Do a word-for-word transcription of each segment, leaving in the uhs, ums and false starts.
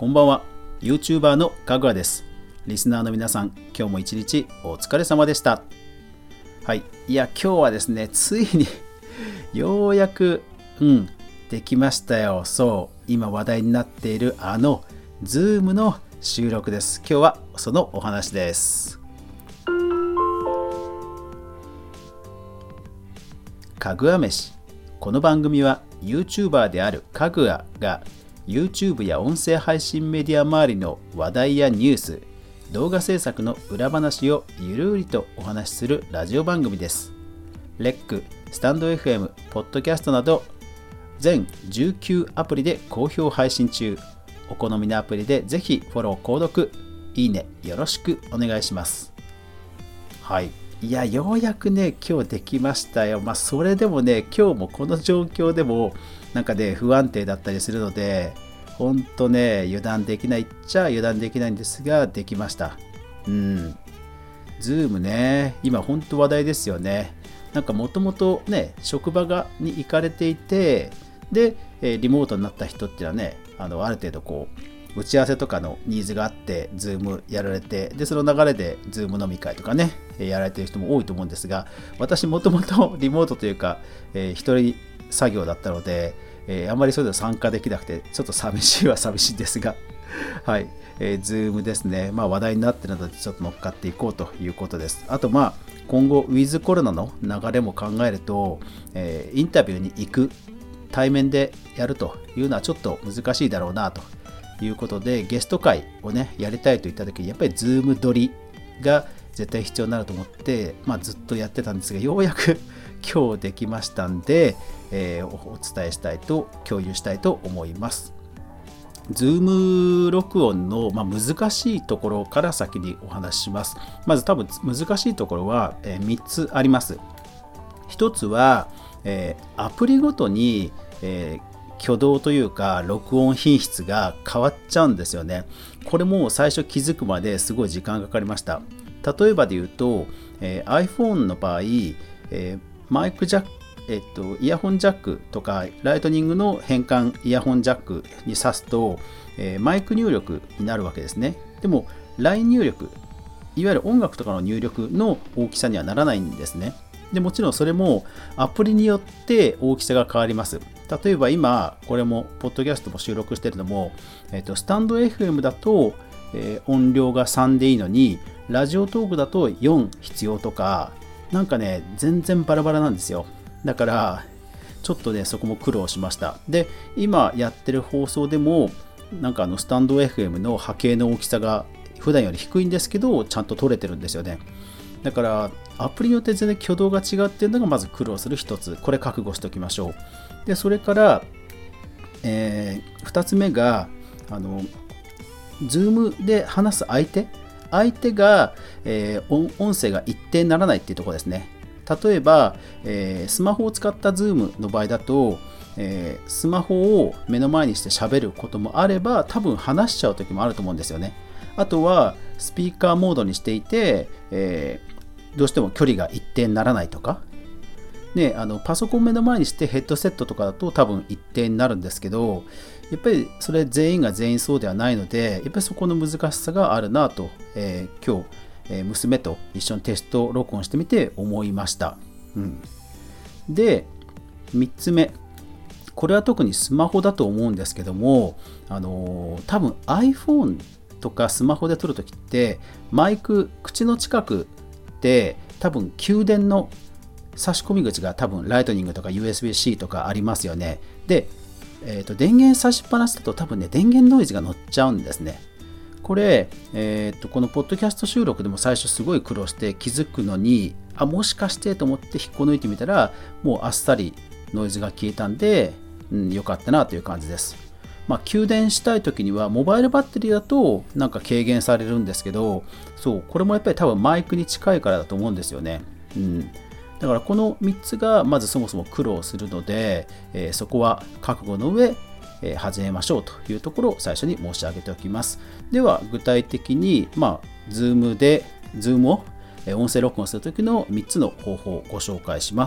こんばんは。 YouTuber のかぐわです。リスナーの皆さん、今日も一日お疲れ様でした。はい、いや今日はですね、ついにようやくうんできましたよ。そう、今話題になっているあの Zoom の収録です。今日はそのお話です。かぐわ飯。この番組は YouTuber であるかぐわが YouTube や音声配信メディア周りの話題やニュース、動画制作の裏話をゆるりとお話しするラジオ番組です。レック、スタンド エフエム、ポッドキャストなど全じゅうきゅうアプリで好評配信中。お好みのアプリでぜひフォロー、購読、いいねよろしくお願いします。はい。いや、ようやくね、今日できましたよ。まあ、それでもね、今日もこの状況でも、なんかね、不安定だったりするので、ほんとね、油断できないっちゃ油断できないんですが、できました。うん。Zoom ね、今ほんと話題ですよね。なんかもともとね、職場がに行かれていて、で、リモートになった人っていうのはね、あの、ある程度こう、打ち合わせとかのニーズがあって Zoom やられて、でその流れで Zoom 飲み会とかねやられてる人も多いと思うんですが、私もともとリモートというか、えー、一人作業だったので、えー、あまりそういうの参加できなくてちょっと寂しいは寂しいんですがはい、えー、Zoom ですね。まあ話題になっているのでちょっと乗っかっていこうということです。あとまあ今後ウィズコロナの流れも考えると、えー、インタビューに行く対面でやるというのはちょっと難しいだろうなということで、ゲスト会をねやりたいと言った時にやっぱりズーム撮りが絶対必要になると思って、まあ、ずっとやってたんですが、ようやく今日できましたんで、えー、お伝えしたいと共有したいと思います。ズーム録音の、まあ、難しいところから先にお話しします。まず多分難しいところは、えー、みっつあります。ひとつは、えー、アプリごとに、えー挙動というか録音品質が変わっちゃうんですよね。これも最初気づくまですごい時間がかかりました。例えばで言うと、えー、iPhone の場合、えー、マイクジャック、えっと、イヤホンジャックとかライトニングの変換イヤホンジャックに挿すと、えー、マイク入力になるわけですね。でも ライン 入力、いわゆる音楽とかの入力の大きさにはならないんですね。でもちろんそれもアプリによって大きさが変わります。例えば今これもポッドキャストも収録しているのも、えっと、スタンド エフエム だと、えー、音量がさんでいいのにラジオトークだとよん必要とか、なんかね全然バラバラなんですよ。だからちょっとねそこも苦労しました。で今やってる放送でもなんかあのスタンド エフエム の波形の大きさが普段より低いんですけどちゃんと取れてるんですよね。だからアプリによって全然挙動が違うっていうのがまず苦労する一つ。これ覚悟しておきましょう。でそれから、えー、ふたつめがあの Zoom で話す相手相手が、えー、音声が一定にならないっていうところですね。例えば、えー、スマホを使った Zoom の場合だと、えー、スマホを目の前にして喋ることもあれば多分話しちゃう時もあると思うんですよね。あとはスピーカーモードにしていて、えー、どうしても距離が一定にならないとかね、あのパソコン目の前にしてヘッドセットとかだと多分一定になるんですけど、やっぱりそれ全員が全員そうではないので、やっぱりそこの難しさがあるなと、えー、今日、えー、娘と一緒にテスト録音してみて思いました。うん、でみっつめ、これは特にスマホだと思うんですけども、あのー、多分 iPhone とかスマホで撮るときってマイク口の近くで多分給電の差し込み口が多分ライトニングとか ユーエスビー-C とかありますよね。で、えーと、電源差しっぱなしだと多分ね電源ノイズが乗っちゃうんですね。これ、えーと、このポッドキャスト収録でも最初すごい苦労して気づくのに、あもしかしてと思って引っこ抜いてみたらもうあっさりノイズが消えたんで、うん、よかったなという感じです。まあ、給電したい時にはモバイルバッテリーだとなんか軽減されるんですけど、そうこれもやっぱり多分マイクに近いからだと思うんですよね。うんだからこのみっつがまずそもそも苦労するので、えー、そこは覚悟の上、えー、始めましょうというところを最初に申し上げておきます。では具体的に、まあ、Zoom で Zoom を音声録音するときのみっつの方法をご紹介します。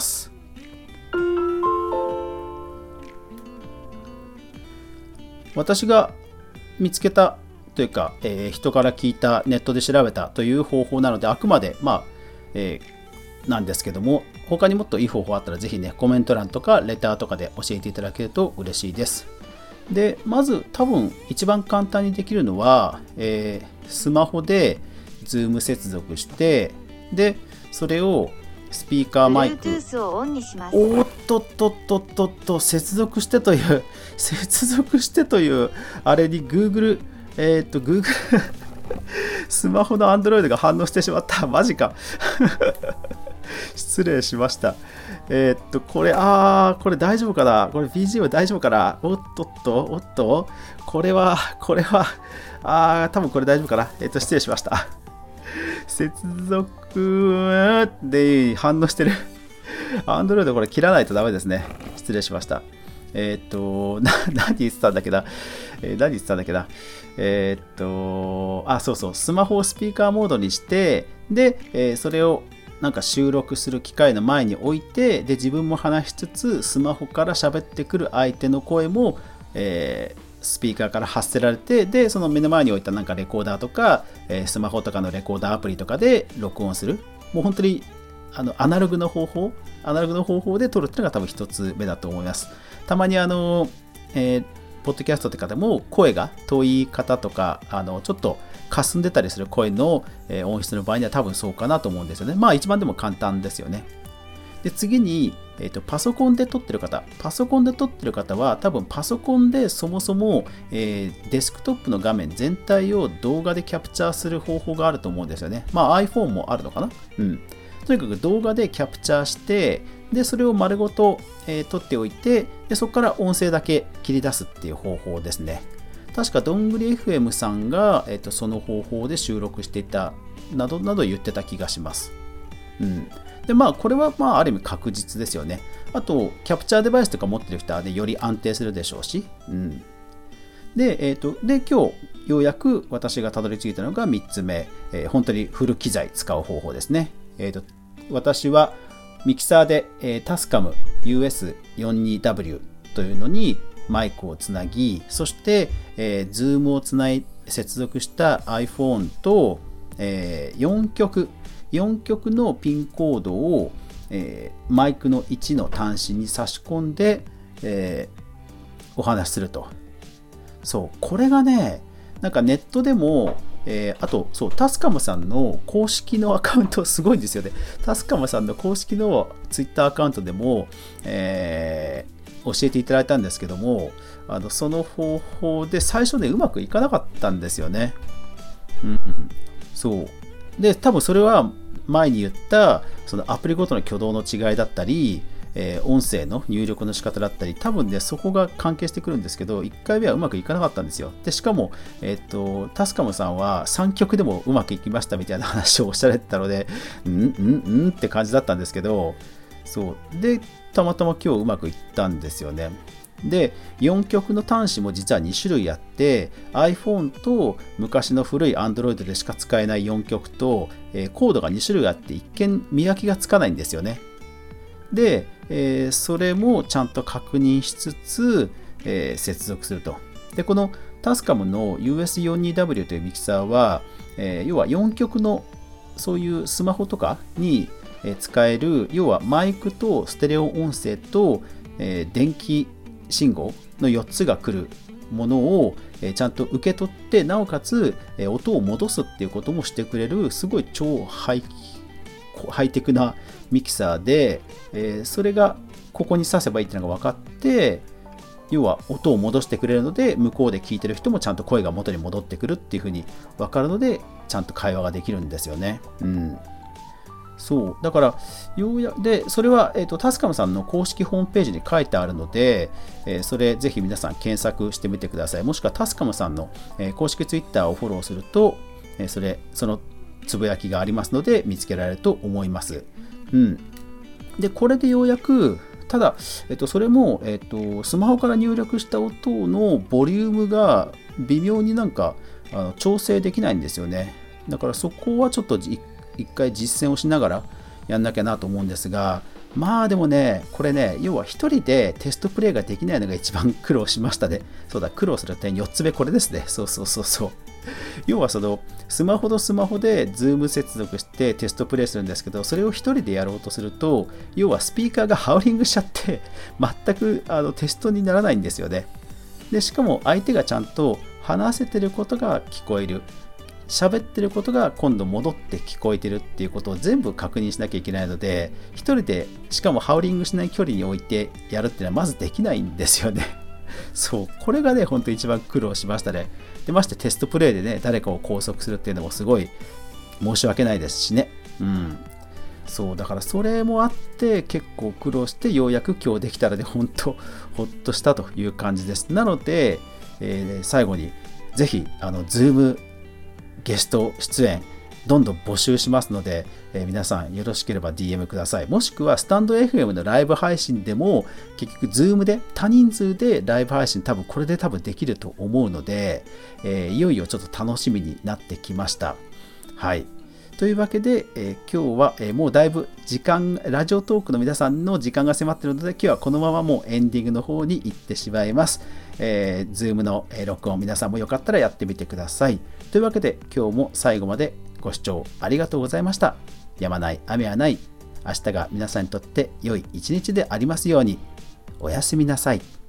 私が見つけたというか、えー、人から聞いた、ネットで調べたという方法なので、あくまで、まあえー、なんですけども、他にもっといい方法あったらぜひね、コメント欄とかレターとかで教えていただけると嬉しいです。で、まず多分一番簡単にできるのは、えー、スマホで Zoom 接続して、で、それをスピーカーマイク、 をオンにします。 おっとっとっとっとっと、接続してという、接続してという、あれに Google、えー、っと、Google スマホの Android が反応してしまった。マジか。失礼しました。えー、っと、これ、あー、これ大丈夫かなこれ ビージーエム 大丈夫かなおっとっと、おっと、これは、これは、あー、多分これ大丈夫かなえー、っと、失礼しました。接続で反応してる。Android これ切らないとダメですね。失礼しました。えー、っと、な、何言ってたんだっけな。えー、何言ってたんだっけな。えー、っと、あ、そうそう、スマホをスピーカーモードにして、で、えー、それをなんか収録する機械の前に置いて、で、自分も話しつつ、スマホから喋ってくる相手の声も、えー、スピーカーから発せられて、で、その目の前に置いたなんかレコーダーとか、えー、スマホとかのレコーダーアプリとかで録音する。もう本当にあのアナログの方法、アナログの方法で撮るっていうのが多分一つ目だと思います。たまにあの、えー、ポッドキャストって方も声が遠い方とか、あのちょっと霞んでたりする声の、えー、音質の場合には多分そうかなと思うんですよね。まあ一番でも簡単ですよね。で、次に、えーと、パソコンで撮ってる方、パソコンで撮ってる方は多分パソコンでそもそも、えー、デスクトップの画面全体を動画でキャプチャーする方法があると思うんですよね。まあ iPhone もあるのかな。うん。とにかく動画でキャプチャーして、で、それを丸ごと、えー、撮っておいて、で、そこから音声だけ切り出すっていう方法ですね。確かどんぐり エフエム さんが、えーと、その方法で収録していたなどなど言ってた気がします。うん。で、まあ、これはまあ、ある意味確実ですよね。あと、キャプチャーデバイスとか持ってる人はね、より安定するでしょうし。うん。で、えーと、で、今日、ようやく私がたどり着いたのがみっつめ、えー、本当にフル機材使う方法ですね。えーと、私はミキサーで、えー、タスカム ユーエスよんじゅうにダブリュー というのにマイクをつなぎ、そして、えー、Zoom をつない接続した iPhone と、えー、よんきょくよんきょくのピンコードを、えー、マイクのいちの端子に差し込んで、えー、お話しすると。そう、これがね、なんかネットでも、えー、あと、そう、タスカムさんの公式のアカウント、すごいんですよね。タスカムさんの公式のツイッターアカウントでも、えー、教えていただいたんですけども、あのその方法で最初ね、うまくいかなかったんですよね。うん、そう。で、多分それは前に言ったそのアプリごとの挙動の違いだったり、えー、音声の入力の仕方だったり、多分ね、そこが関係してくるんですけど、いっかいめはうまくいかなかったんですよ。で、しかも、えっと、タスカムさんはさんきょくでもうまくいきましたみたいな話をおっしゃられてたので、んんんって感じだったんですけど、そう。で、たまたま今日うまくいったんですよね。で、よんきょくの端子も実はにしゅるいあって、iPhone と昔の古い Android でしか使えないよんきょくと、えー、コードがにしゅるいあって一見見分けがつかないんですよね。で、えー、それもちゃんと確認しつつ、えー、接続すると。で、このタスカムの ユーエスよんじゅうにダブリュー というミキサーは、えー、要はよんきょくのそういうスマホとかに使える、要はマイクとステレオ音声と、えー、電気信号のよっつが来るものを、えー、ちゃんと受け取って、なおかつ、えー、音を戻すっていうこともしてくれる、すごい超ハイ、ハイテクなミキサーで、えー、それがここに挿せばいいっていうのが分かって、要は音を戻してくれるので、向こうで聞いてる人もちゃんと声が元に戻ってくるっていう風に分かるので、ちゃんと会話ができるんですよね。うん。そう。だから、ようやで、それは、えっと、タスカムさんの公式ホームページに書いてあるので、えー、それぜひ皆さん検索してみてください。もしくはタスカムさんの、えー、公式ツイッターをフォローすると、えー、それ、そのつぶやきがありますので見つけられると思います。うん。で、これでようやく、ただ、えっと、それも、えっと、スマホから入力した音のボリュームが微妙になんかあの調整できないんですよね。だからそこはちょっと一回実践をしながらやんなきゃなと思うんですが、 まあでもね、これね、要は一人でテストプレイができないのが一番苦労しましたね。そうだ、苦労する点よっつめ、これですね。そうそうそうそう。要はそのスマホとスマホで Zoom 接続してテストプレイするんですけど、それを一人でやろうとすると、要はスピーカーがハウリングしちゃって、全くあのテストにならないんですよね。で、しかも相手がちゃんと話せてることが聞こえる。喋ってることが今度戻って聞こえてるっていうことを全部確認しなきゃいけないので、一人でしかもハウリングしない距離に置いてやるっていうのはまずできないんですよね。そう、これがね、本当一番苦労しましたね。で、ましてテストプレイでね、誰かを拘束するっていうのもすごい申し訳ないですしね。うん。そう、だからそれもあって結構苦労してようやく今日できたらで、本当ほっとしたという感じです。なので、えー、最後にぜひあの Zoomゲスト出演どんどん募集しますので、えー、皆さんよろしければ ディーエム ください。もしくはスタンド エフエム のライブ配信でも結局 Zoom で多人数でライブ配信多分これで多分できると思うので、えー、いよいよちょっと楽しみになってきました。はい。というわけで、えー、今日は、えー、もうだいぶ時間、ラジオトークの皆さんの時間が迫っているので、今日はこのままもうエンディングの方に行ってしまいます。えー、Zoom の録音、皆さんもよかったらやってみてください。というわけで、今日も最後までご視聴ありがとうございました。やまない雨はない。明日が皆さんにとって良い一日でありますように。おやすみなさい。